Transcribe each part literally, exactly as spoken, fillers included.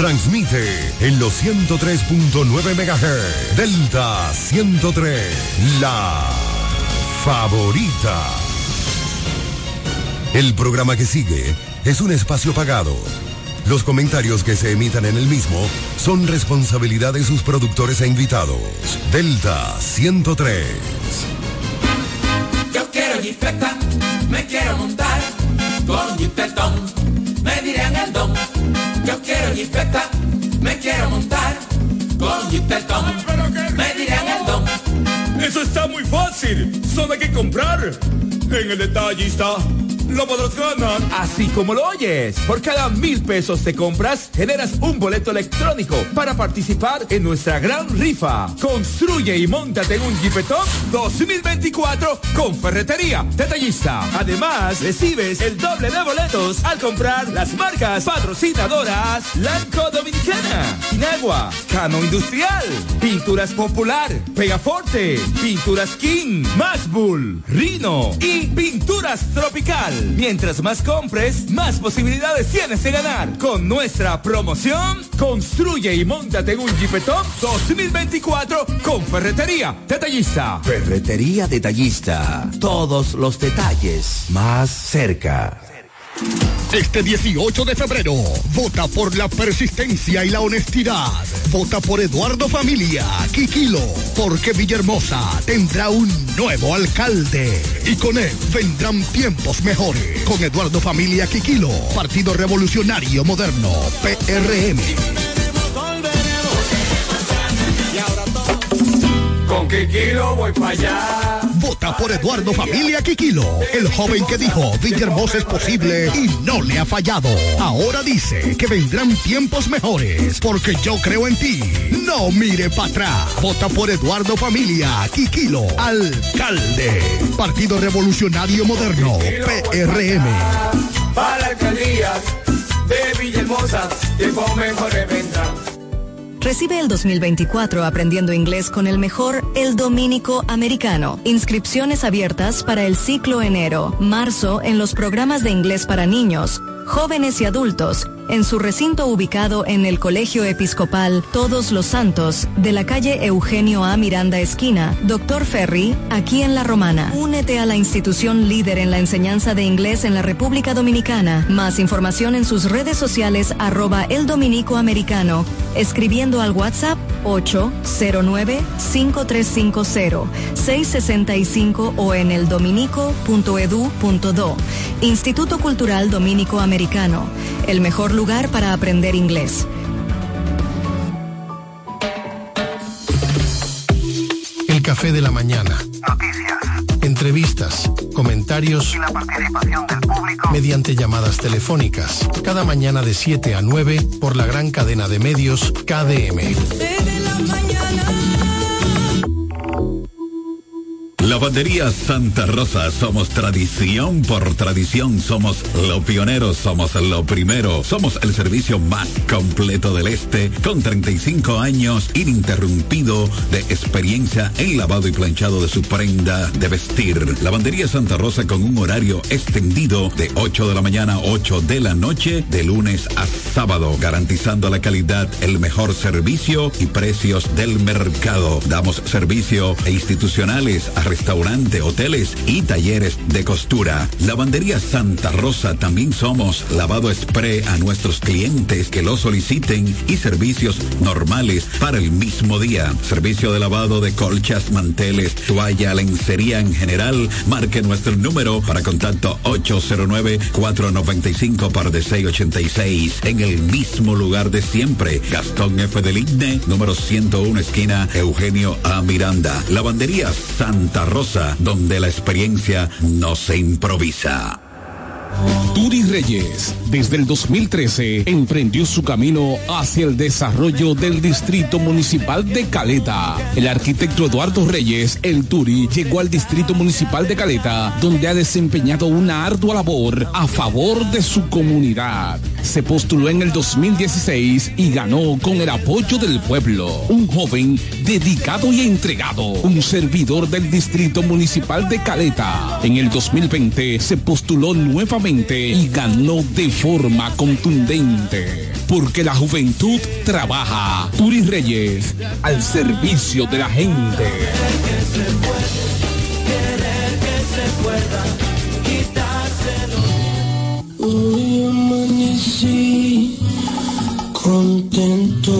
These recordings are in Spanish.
Transmite en los ciento tres punto nueve megahertz. Delta ciento tres, la favorita. El programa que sigue es un espacio pagado. Los comentarios que se emitan en el mismo son responsabilidad de sus productores e invitados. Delta ciento tres. Yo quiero jipeta, me quiero montar con jipetón, me dirán el don. Yo quiero jipeta, me quiero montar con jipetón, me dirán el don. Eso está muy fácil, solo hay que comprar en el Detallista. Lo podrás ganar. Así como lo oyes. Por cada mil pesos de compras, generas un boleto electrónico para participar en nuestra gran rifa. Construye y móntate en un Jeepetop dos mil veinticuatro con Ferretería Detallista. Además, recibes el doble de boletos al comprar las marcas patrocinadoras Lanco Dominicana, Inagua, Cano Industrial, Pinturas Popular, Pegaforte, Pinturas King, Masbull, Rino y Pinturas Tropical. Mientras más compres, más posibilidades tienes de ganar. Con nuestra promoción, construye y móntate en un Jeepetop dos mil veinticuatro con Ferretería Detallista. Ferretería Detallista. Todos los detalles más cerca. Este dieciocho de febrero, vota por la persistencia y la honestidad. Vota por Eduardo Familia Quiquilo, porque Villahermosa tendrá un nuevo alcalde. Y con él vendrán tiempos mejores. Con Eduardo Familia Quiquilo, Partido Revolucionario Moderno, P R M. Con Quiquilo voy para allá. Vota por Eduardo Familia Quiquilo, el joven que dijo Villahermosa es posible y no le ha fallado. Ahora dice que vendrán tiempos mejores, porque yo creo en ti. No mire para atrás. Vota por Eduardo Familia Quiquilo, alcalde. Partido Revolucionario Moderno, P R M. Para alcaldías de Villahermosa, tiempos mejores vendrán. Recibe el dos mil veinticuatro aprendiendo inglés con el mejor El Dominico Americano. Inscripciones abiertas para el ciclo enero, marzo en los programas de inglés para niños, jóvenes y adultos, en su recinto ubicado en el Colegio Episcopal Todos los Santos, de la calle Eugenio A. Miranda esquina, Doctor Ferry, aquí en La Romana. Únete a la institución líder en la enseñanza de inglés en la República Dominicana. Más información en sus redes sociales arroba El Dominico Americano, escribiendo al WhatsApp ocho cero nueve, cinco tres cinco cero, seis seis cinco o en el dominico punto edu punto do. Instituto Cultural Dominico Americano, el mejor lugar para aprender inglés. El café de la mañana. Noticias. Entrevistas, comentarios y la participación del público mediante llamadas telefónicas. Cada mañana de siete a nueve por la gran cadena de medios K D M. Lavandería Santa Rosa, somos tradición por tradición, somos los pioneros, somos lo primero, somos el servicio más completo del este, con treinta y cinco años ininterrumpido de experiencia en lavado y planchado de su prenda de vestir. Lavandería Santa Rosa con un horario extendido de ocho de la mañana a ocho de la noche, de lunes a sábado, garantizando la calidad, el mejor servicio y precios del mercado. Damos servicio a institucionales, a restaurante, hoteles y talleres de costura. Lavandería Santa Rosa, también somos lavado express a nuestros clientes que lo soliciten y servicios normales para el mismo día. Servicio de lavado de colchas, manteles, toalla, lencería en general. Marque nuestro número para contacto ocho cero nueve, cuatro nueve cinco, seis ocho seis en el mismo lugar de siempre. Gastón F. del Igne, número ciento uno, esquina Eugenio A. Miranda. Lavandería Santa Rosa, donde la experiencia no se improvisa. Turi Reyes, desde el dos mil trece, emprendió su camino hacia el desarrollo del Distrito Municipal de Caleta. El arquitecto Eduardo Reyes, el Turi, llegó al Distrito Municipal de Caleta, donde ha desempeñado una ardua labor a favor de su comunidad. Se postuló en el dos mil dieciséis y ganó con el apoyo del pueblo. Un joven dedicado y entregado, un servidor del Distrito Municipal de Caleta. En el dos mil veinte se postuló nuevamente y ganó de forma contundente. Porque la juventud trabaja. Turis Reyes, al servicio de la gente. Hoy amanecí contento.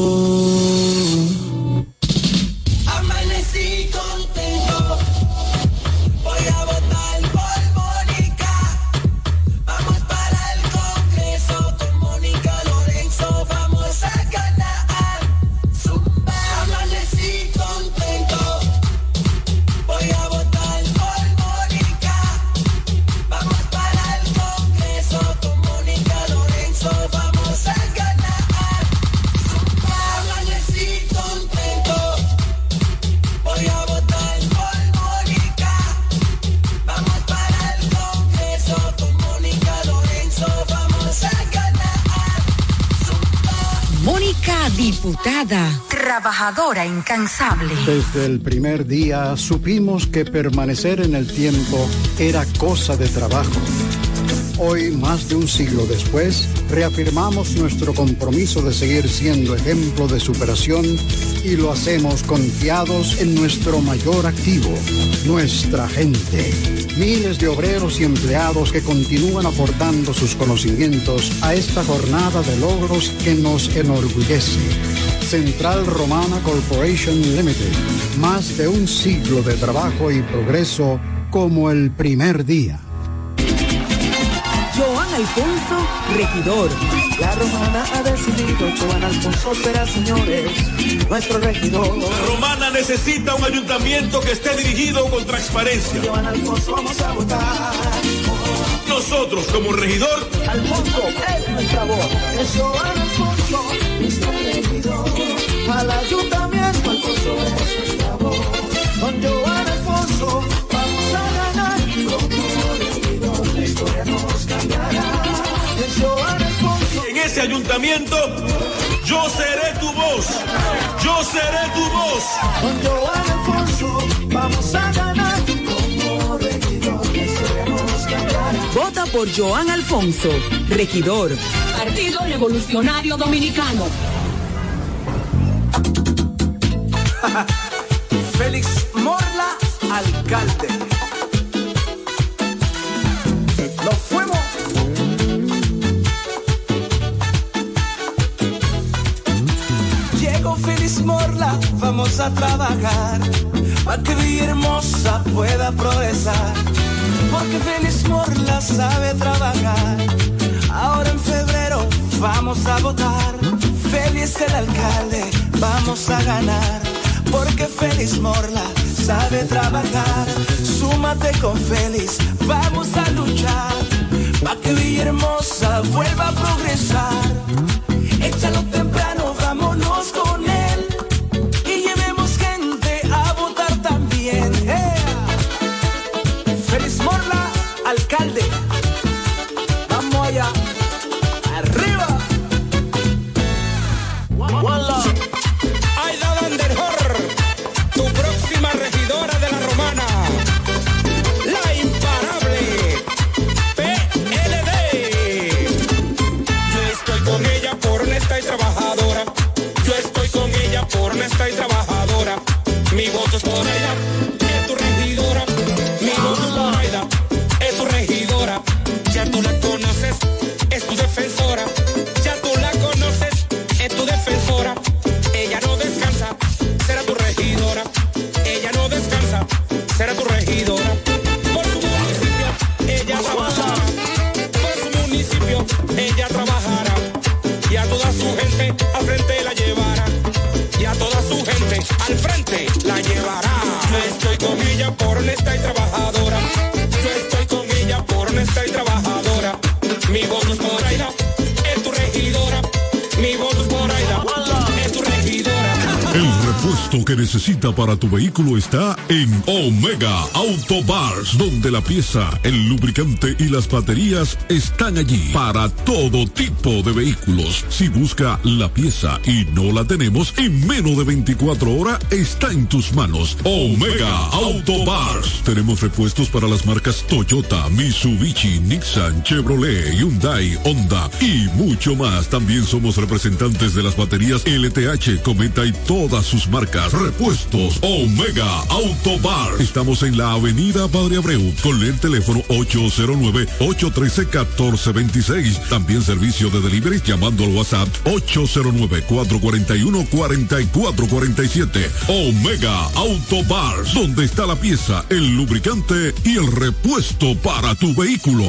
Amanecí contento. Voy a votar por Mónica. Vamos para el Congreso con Mónica Lorenzo. Vamos a ganar. Zumba. Amanecí contento. Voy a votar por Mónica. Vamos para el Congreso con Mónica Lorenzo. Vamos a ganar. Zumba. Amanecí contento. Voy a votar por Mónica. Vamos para el Congreso con Mónica Lorenzo. Vamos a ganar. Zumba. Mónica, diputada, trabajadora incansable. Desde el primer día supimos que permanecer en el tiempo era cosa de trabajo. Hoy, más de un siglo después, reafirmamos nuestro compromiso de seguir siendo ejemplo de superación y lo hacemos confiados en nuestro mayor activo, nuestra gente. Miles de obreros y empleados que continúan aportando sus conocimientos a esta jornada de logros que nos enorgullece. Central Romana Corporation Limited. Más de un siglo de trabajo y progreso como el primer día. Joan Alfonso, regidor. La Romana ha decidido, Joan Alfonso será, señores, nuestro regidor. La Romana necesita un ayuntamiento que esté dirigido con transparencia. Joan Alfonso vamos a votar. Nosotros, como regidor, Alfonso es nuestra voz. Es Joan Alfonso, nuestro regidor. Al ayuntamiento, Alfonso es nuestra voz. Con Joan Alfonso vamos a ganar. Como regidor, la historia nos cambiará. Es Joan Alfonso. En ese ayuntamiento, yo seré tu voz. Yo seré tu voz. Con Joan Alfonso vamos a ganar. Como regidor, la historia nos cambiará. Vota por Joan Alfonso, regidor. Partido Revolucionario Dominicano. Félix Morla, alcalde. Nos fuimos. Llegó Félix Morla, vamos a trabajar para que Villahermosa pueda progresar. Porque Félix Morla sabe trabajar. Ahora en febrero vamos a votar. Félix el alcalde, vamos a ganar. Porque Félix Morla sabe trabajar. Súmate con Félix, vamos a luchar para que Villahermosa vuelva a progresar. Échalo temprano, vámonos con él y llevemos gente a votar también. ¡Hey! Félix Morla, alcalde. Vamos allá. Arriba. One love. Aida Vanderhor, tu próxima regidora de la Romana, la imparable P L D. Yo estoy con ella por honesta y trabajadora. Yo estoy con ella por honesta y trabajadora. Mi voto es por ella, es tu regidora. Mi voto es por Aida, es tu regidora. Ya tú la conoces, es tu defensora. Ya tú la conoces, es tu defensora. Ella no descansa, será tu regidora. Ella no descansa, será tu regidora. Por su municipio, ella trabajará. Por su municipio, ella trabajará. Y a toda su gente al frente la llevará. Y a toda su gente al frente la llevará. Yo estoy con ella por honesta y trabajadora. Yo estoy con ella por honesta y trabajadora. Mi voto es por Aida, es tu regidora. Mi voto es por Aida, es tu regidora. El repuesto que necesita para tu vehículo está en Omega Auto Bars, donde la pieza, el lubricante y las baterías están allí para todo tipo de vehículos. Si busca la pieza y no la tenemos, en menos de veinticuatro horas está en tus manos. Omega Auto Bars. Tenemos repuestos para las marcas Toyota, Mitsubishi, Nissan, Chevrolet, Hyundai, Honda y mucho más. También somos representantes de las baterías L T H, Cometa y todas sus marcas. Repuestos Omega Auto Bar. Estamos en la avenida Padre Abreu con el teléfono ocho cero nueve, ocho uno tres, uno cuatro dos seis. También servicio de delivery llamando al WhatsApp ocho cero nueve, cuatro cuatro uno, cuatro cuatro cuatro siete. Omega Auto Bar, donde está la pieza, el lubricante y el repuesto para tu vehículo.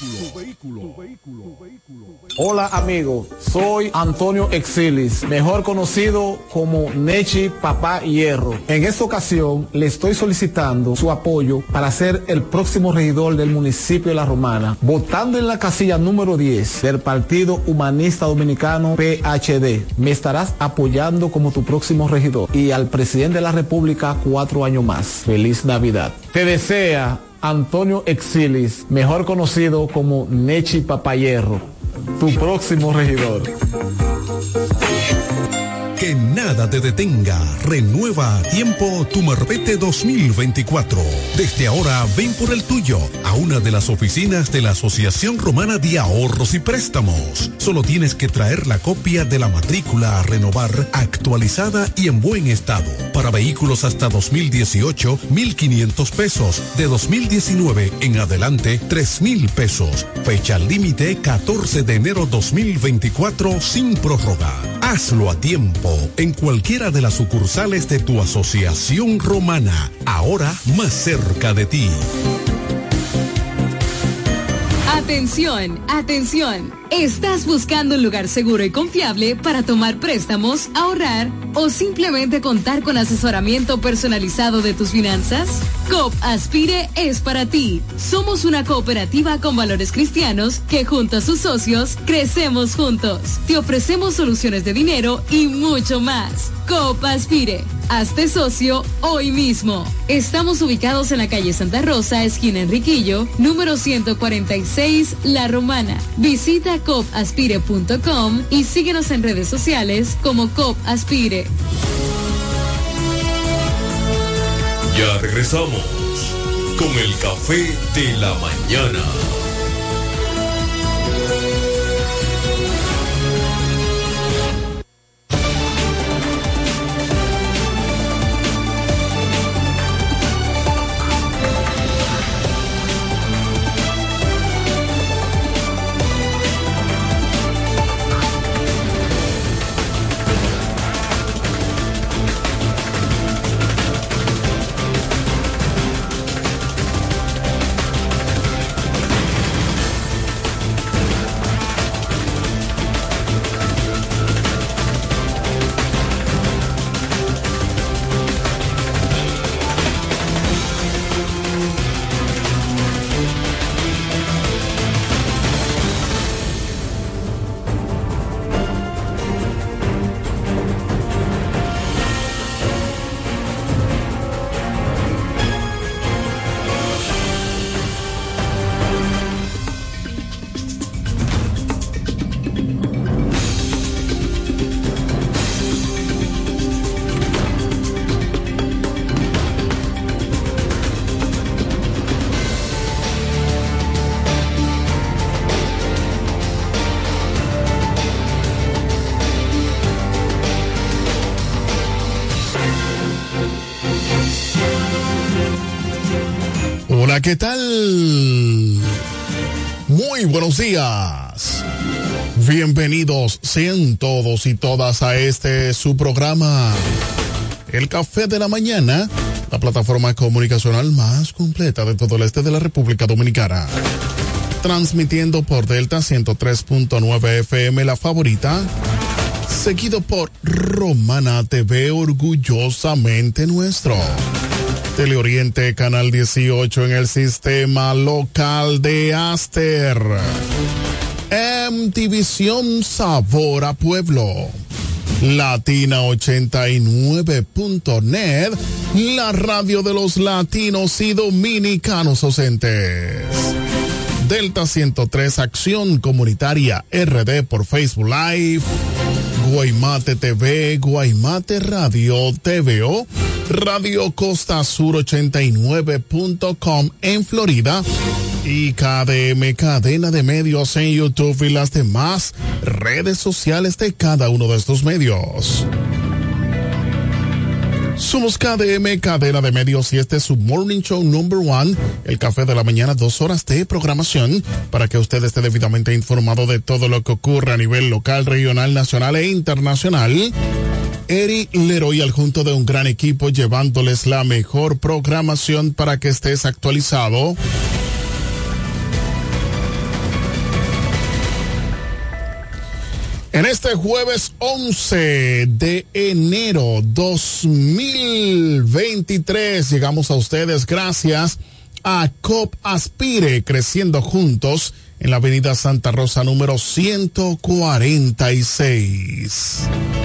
Hola amigo, soy Antonio Exilis, mejor conocido como Nechi Papá Hierro. En esta ocasión le estoy solicitando su apoyo para ser el próximo regidor del municipio de La Romana, votando en la casilla número diez del Partido Humanista Dominicano P H D. Me estarás apoyando como tu próximo regidor y al presidente de la República cuatro años más. Feliz Navidad. Te desea Antonio Exilis, mejor conocido como Nechi Papá Hierro, tu próximo regidor. Que nada te detenga. Renueva a tiempo tu Marbete dos mil veinticuatro. Desde ahora ven por el tuyo a una de las oficinas de la Asociación Romana de Ahorros y Préstamos. Solo tienes que traer la copia de la matrícula a renovar, actualizada y en buen estado. Para vehículos hasta dos mil dieciocho, mil quinientos pesos. De dos mil diecinueve en adelante, tres mil pesos. Fecha límite catorce de enero dos mil veinticuatro sin prórroga. Hazlo a tiempo en cualquiera de las sucursales de tu Asociación Romana, ahora más cerca de ti. Atención, atención. ¿Estás buscando un lugar seguro y confiable para tomar préstamos, ahorrar o simplemente contar con asesoramiento personalizado de tus finanzas? Coop Aspire es para ti. Somos una cooperativa con valores cristianos que junto a sus socios crecemos juntos. Te ofrecemos soluciones de dinero y mucho más. Coop Aspire. Hazte socio hoy mismo. Estamos ubicados en la calle Santa Rosa, esquina Enriquillo, número ciento cuarenta y seis, La Romana. Visita coop aspire punto com y síguenos en redes sociales como Coop Aspire. Ya regresamos con el café de la mañana. Hola, ¿qué tal? Muy buenos días. Bienvenidos sean todos y todas a este su programa, El Café de la Mañana, la plataforma comunicacional más completa de todo el este de la República Dominicana. Transmitiendo por Delta ciento tres punto nueve F M, la favorita, seguido por Romana T V, orgullosamente nuestro. Teleoriente, canal dieciocho en el sistema local de Aster. M T Visión, sabor a pueblo. Latina ochenta y nueve punto net, la radio de los latinos y dominicanos ausentes. Delta ciento tres, Acción Comunitaria R D por Facebook Live, Guaymate T V, Guaymate Radio T V O, Radio Costa Sur ochenta y nueve punto com en Florida, y K D M, cadena de medios en YouTube y las demás redes sociales de cada uno de estos medios. Somos K D M, cadena de medios, y este es su Morning Show Number One, el café de la mañana, dos horas de programación para que usted esté debidamente informado de todo lo que ocurre a nivel local, regional, nacional e internacional. Eri Leroy al junto de un gran equipo llevándoles la mejor programación para que estés actualizado. En este jueves once de enero dos mil veintitrés llegamos a ustedes gracias a COP Aspire, creciendo juntos en la avenida Santa Rosa número ciento cuarenta y seis.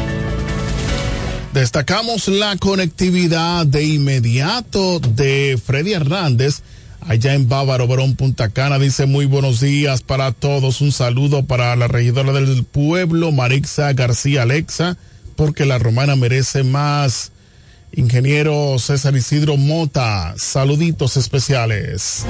Destacamos la conectividad de inmediato de Freddy Hernández, allá en Bávaro, Verón, Punta Cana. Dice muy buenos días para todos. Un saludo para la regidora del pueblo, Marixa García Alexa, porque la romana merece más. Ingeniero César Isidro Mota, saluditos especiales.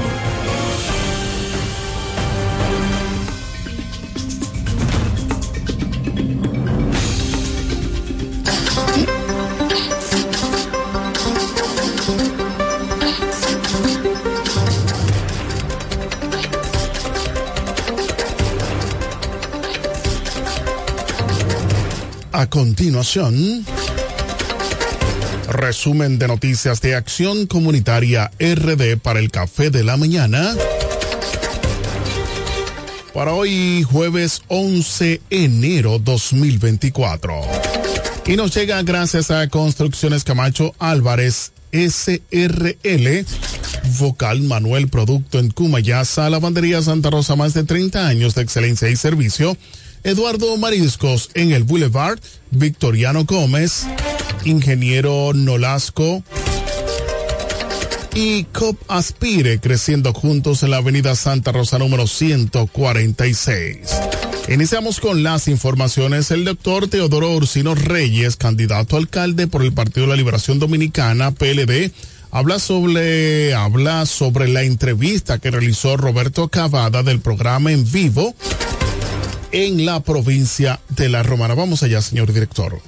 A continuación, resumen de noticias de Acción Comunitaria R D para el café de la mañana. Para hoy, jueves once de enero dos mil veinticuatro. Y nos llega gracias a Construcciones Camacho Álvarez S R L, Vocal Manuel Producto en Cumayasa, Lavandería Santa Rosa, más de treinta años de excelencia y servicio. Eduardo Mariscos en el Boulevard Victoriano Gómez, Ingeniero Nolasco y COP Aspire, creciendo juntos en la avenida Santa Rosa número ciento cuarenta y seis. Iniciamos con las informaciones. El doctor Teodoro Ursino Reyes, candidato a alcalde por el Partido de la Liberación Dominicana, P L D, habla sobre, habla sobre la entrevista que realizó Roberto Cavada del programa En Vivo en la provincia de La Romana. Vamos allá, señor director.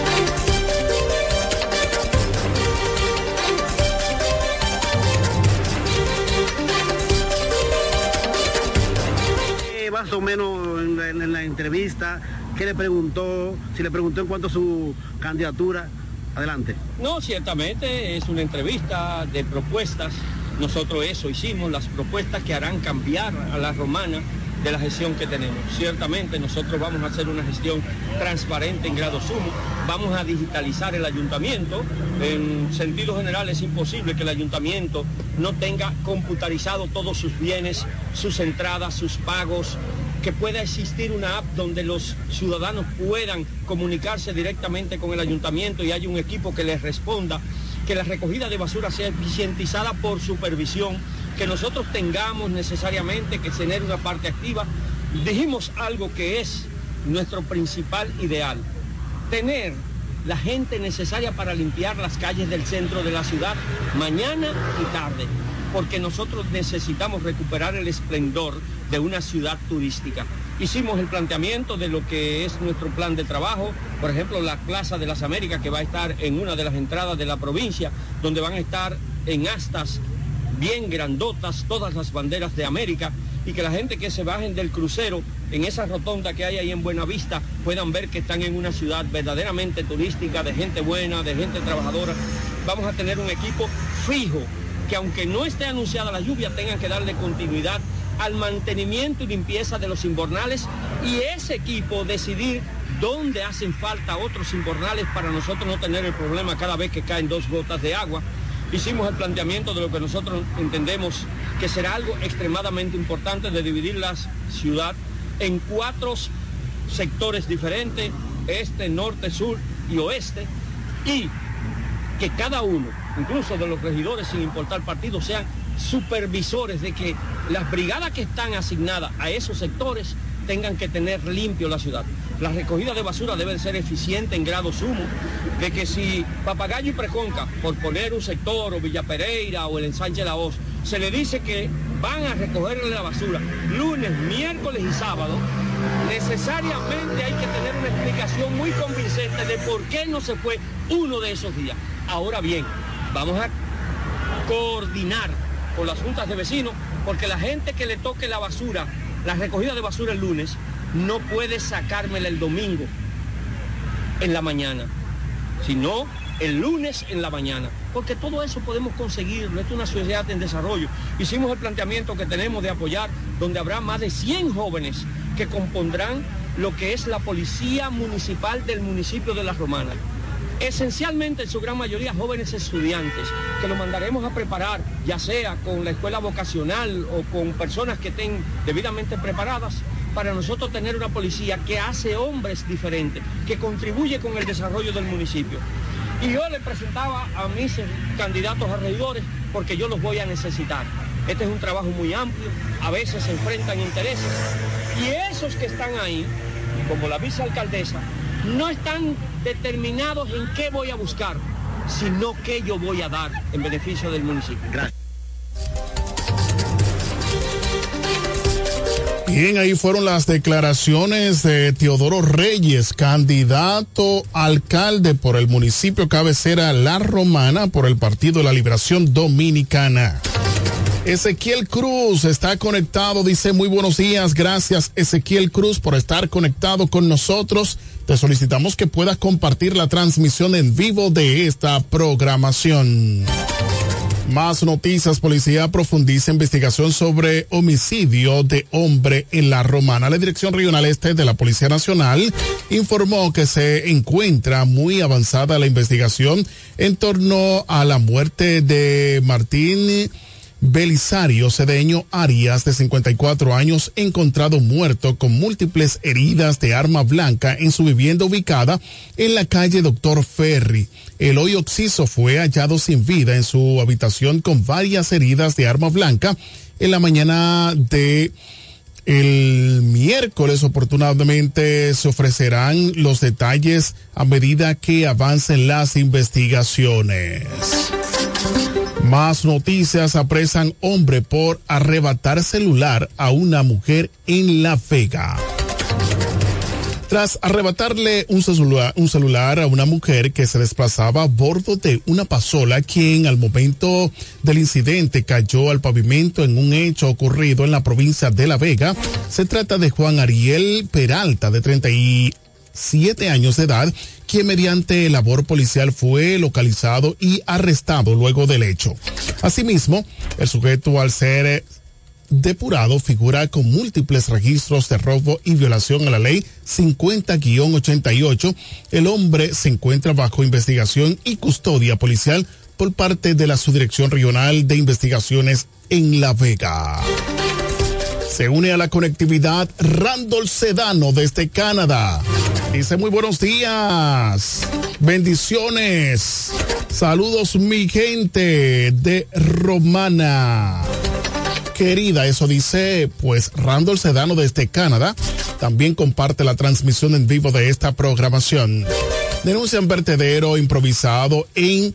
Eh, más o menos en la, en la entrevista, ¿qué le preguntó? Si le preguntó en cuanto a su candidatura, adelante. No, ciertamente es una entrevista de propuestas. Nosotros eso hicimos, las propuestas que harán cambiar a La Romana de la gestión que tenemos. Ciertamente nosotros vamos a hacer una gestión transparente en grado sumo, vamos a digitalizar el ayuntamiento. En sentido general es imposible que el ayuntamiento no tenga computarizado todos sus bienes, sus entradas, sus pagos, que pueda existir una app donde los ciudadanos puedan comunicarse directamente con el ayuntamiento y haya un equipo que les responda, que la recogida de basura sea eficientizada por supervisión, que nosotros tengamos necesariamente que tener una parte activa. Dijimos algo que es nuestro principal ideal, tener la gente necesaria para limpiar las calles del centro de la ciudad mañana y tarde, porque nosotros necesitamos recuperar el esplendor de una ciudad turística. Hicimos el planteamiento de lo que es nuestro plan de trabajo, por ejemplo, la Plaza de las Américas, que va a estar en una de las entradas de la provincia, donde van a estar en astas bien grandotas todas las banderas de América, y que la gente que se bajen del crucero en esa rotonda que hay ahí en Buenavista puedan ver que están en una ciudad verdaderamente turística, de gente buena, de gente trabajadora. Vamos a tener un equipo fijo que, aunque no esté anunciada la lluvia, tengan que darle continuidad al mantenimiento y limpieza de los invernales, y ese equipo decidir dónde hacen falta otros invernales para nosotros no tener el problema cada vez que caen dos gotas de agua. Hicimos el planteamiento de lo que nosotros entendemos que será algo extremadamente importante, de dividir la ciudad en cuatro sectores diferentes, este, norte, sur y oeste, y que cada uno, incluso de los regidores sin importar partido, sean supervisores de que las brigadas que están asignadas a esos sectores tengan que tener limpio la ciudad. La recogida de basura debe ser eficiente en grado sumo, de que si Papagayo y Preconca, por poner un sector, o Villa Pereira o el Ensanche La Hoz, se le dice que van a recogerle la basura lunes, miércoles y sábado, necesariamente hay que tener una explicación muy convincente de por qué no se fue uno de esos días. Ahora bien, vamos a coordinar con las juntas de vecinos, porque la gente que le toque la basura, la recogida de basura el lunes, no puede sacármela el domingo en la mañana, sino el lunes en la mañana, porque todo eso podemos conseguirlo. Esto es una sociedad en desarrollo. Hicimos el planteamiento que tenemos de apoyar, donde habrá más de cien jóvenes que compondrán lo que es la policía municipal del municipio de La Romana. Esencialmente, en su gran mayoría, jóvenes estudiantes, que los mandaremos a preparar, ya sea con la escuela vocacional o con personas que estén debidamente preparadas, para nosotros tener una policía que hace hombres diferentes, que contribuye con el desarrollo del municipio. Y yo le presentaba a mis candidatos a regidores porque yo los voy a necesitar. Este es un trabajo muy amplio, a veces se enfrentan intereses, y esos que están ahí, como la vicealcaldesa, no están determinados en qué voy a buscar, sino qué yo voy a dar en beneficio del municipio. Gracias. Bien, ahí fueron las declaraciones de Teodoro Reyes, candidato a alcalde por el municipio cabecera La Romana por el Partido de la Liberación Dominicana. Ezequiel Cruz está conectado, dice muy buenos días, gracias Ezequiel Cruz por estar conectado con nosotros. Te solicitamos que puedas compartir la transmisión en vivo de esta programación. Más noticias, policía profundiza investigación sobre homicidio de hombre en La Romana. La Dirección Regional Este de la Policía Nacional informó que se encuentra muy avanzada la investigación en torno a la muerte de Martín Belisario Cedeño Arias, de cincuenta y cuatro años, encontrado muerto con múltiples heridas de arma blanca en su vivienda ubicada en la calle Doctor Ferry. El hoy occiso fue hallado sin vida en su habitación con varias heridas de arma blanca en la mañana de el miércoles. Oportunamente se ofrecerán los detalles a medida que avancen las investigaciones. Más noticias, apresan hombre por arrebatar celular a una mujer en La Vega. Tras arrebatarle un celular, un celular a una mujer que se desplazaba a bordo de una pasola, quien al momento del incidente cayó al pavimento en un hecho ocurrido en la provincia de La Vega. Se trata de Juan Ariel Peralta, de treinta y siete años de edad, quien mediante labor policial fue localizado y arrestado luego del hecho. Asimismo, el sujeto, al ser depurado, figura con múltiples registros de robo y violación a la ley cincuenta guión ochenta y ocho. El hombre se encuentra bajo investigación y custodia policial por parte de la Subdirección Regional de Investigaciones en La Vega. Se une a la conectividad Randall Sedano desde Canadá. Dice muy buenos días, bendiciones, saludos mi gente de Romana. Querida, eso dice pues Randall Sedano desde Canadá. También comparte la transmisión en vivo de esta programación. Denuncian vertedero improvisado en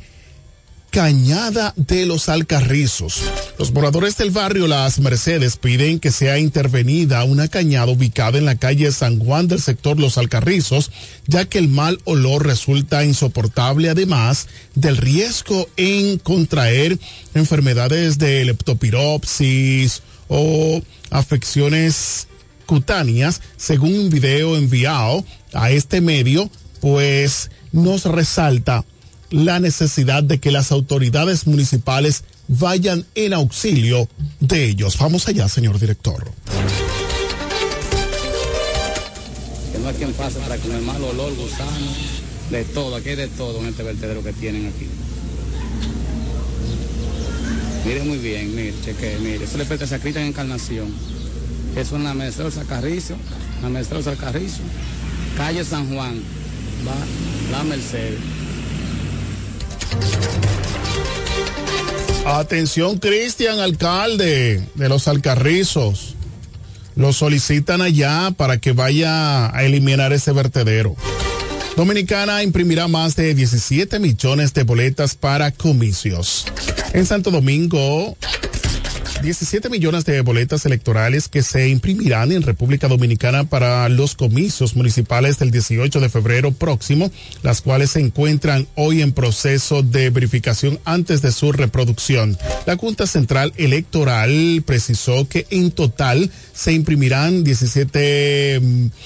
Cañada de los Alcarrizos. Los moradores del barrio Las Mercedes piden que sea intervenida una cañada ubicada en la calle San Juan del sector Los Alcarrizos, ya que el mal olor resulta insoportable, además del riesgo en contraer enfermedades de leptospirosis o afecciones cutáneas. Según un video enviado a este medio, pues nos resalta la necesidad de que las autoridades municipales vayan en auxilio de ellos. Vamos allá, señor director. Que no hay quien pase para que el mal olor, gusano, de todo, aquí hay de todo en este vertedero que tienen aquí. Mire muy bien, mire, cheque, mire, eso le pertenece a Cristian Encarnación. Eso en la Merced del Alcarrizo, la Merced del Alcarrizo, calle San Juan. La, la Mercedes. Atención, Cristian, alcalde de Los Alcarrizos. Lo solicitan allá para que vaya a eliminar ese vertedero. Dominicana imprimirá más de diecisiete millones de boletas para comicios. En Santo Domingo, diecisiete millones de boletas electorales que se imprimirán en República Dominicana para los comicios municipales del dieciocho de febrero próximo, las cuales se encuentran hoy en proceso de verificación antes de su reproducción. La Junta Central Electoral precisó que en total se imprimirán diecisiete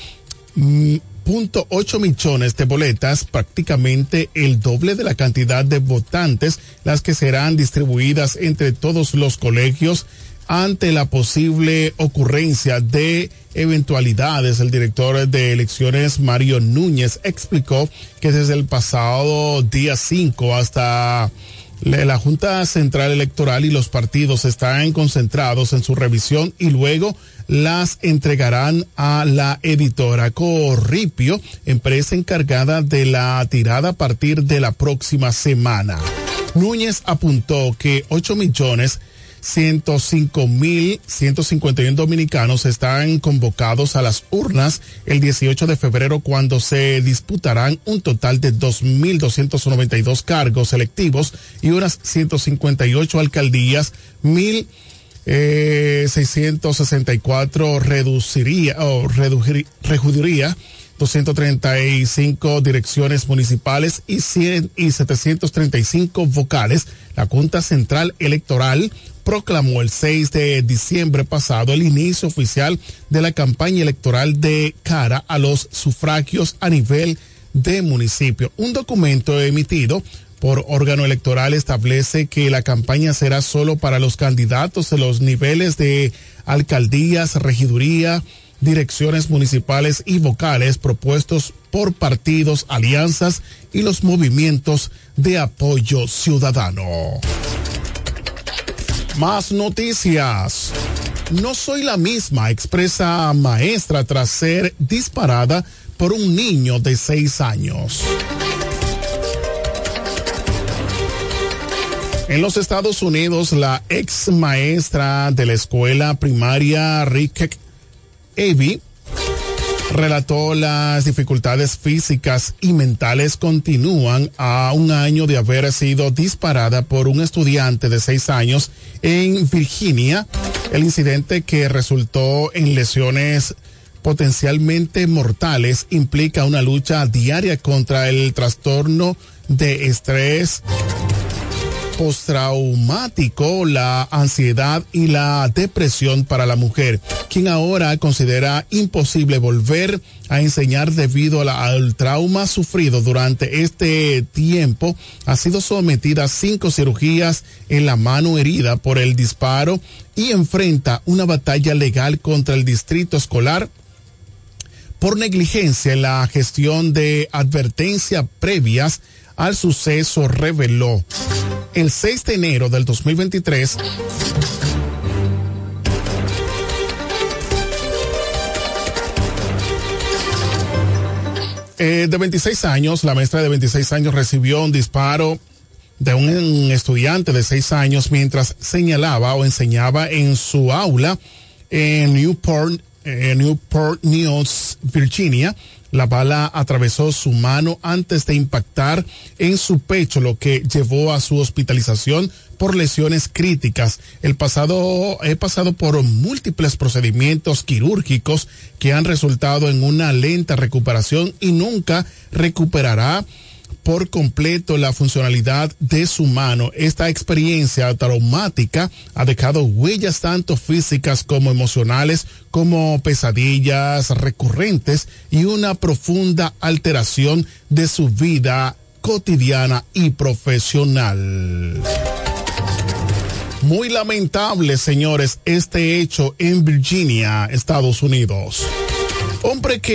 punto ocho millones de boletas, prácticamente el doble de la cantidad de votantes, las que serán distribuidas entre todos los colegios ante la posible ocurrencia de eventualidades. El director de elecciones, Mario Núñez, explicó que desde el pasado día cinco hasta la Junta Central Electoral y los partidos están concentrados en su revisión y luego las entregarán a la editora Corripio, empresa encargada de la tirada a partir de la próxima semana. Núñez apuntó que ocho millones ciento cinco mil ciento cincuenta y uno dominicanos están convocados a las urnas el dieciocho de febrero, cuando se disputarán un total de dos mil doscientos noventa y dos cargos electivos y unas ciento cincuenta y ocho alcaldías, mil seiscientos sesenta y cuatro reduciría o reduciría, rejudiría, doscientas treinta y cinco direcciones municipales y cien y setecientos treinta y cinco vocales. La Junta Central Electoral proclamó el seis de diciembre pasado el inicio oficial de la campaña electoral de cara a los sufragios a nivel de municipio. Un documento emitido por órgano electoral establece que la campaña será solo para los candidatos de los niveles de alcaldías, regiduría, direcciones municipales y vocales propuestos por partidos, alianzas y los movimientos de apoyo ciudadano. Más noticias. No soy la misma, expresa maestra tras ser disparada por un niño de seis años. En los Estados Unidos, la ex maestra de la escuela primaria Rick Evie relató las dificultades físicas y mentales continúan a un año de haber sido disparada por un estudiante de seis años en Virginia. El incidente, que resultó en lesiones potencialmente mortales, implica una lucha diaria contra el trastorno de estrés postraumático, la ansiedad y la depresión para la mujer, quien ahora considera imposible volver a enseñar debido a la, al trauma sufrido durante este tiempo. Ha sido sometida a cinco cirugías en la mano herida por el disparo y enfrenta una batalla legal contra el distrito escolar por negligencia en la gestión de advertencia previas al suceso, reveló. El seis de enero del dos mil veintitrés, eh, de veintiséis años, la maestra de veintiséis años recibió un disparo de un estudiante de seis años mientras señalaba o enseñaba en su aula en Newport, en Newport News, Virginia. La bala atravesó su mano antes de impactar en su pecho, lo que llevó a su hospitalización por lesiones críticas. El pasado, he pasado por múltiples procedimientos quirúrgicos que han resultado en una lenta recuperación y nunca recuperará por completo la funcionalidad de su mano. Esta experiencia traumática ha dejado huellas tanto físicas como emocionales, como pesadillas recurrentes y una profunda alteración de su vida cotidiana y profesional. Muy lamentable, señores, este hecho en Virginia, Estados Unidos. Hombre que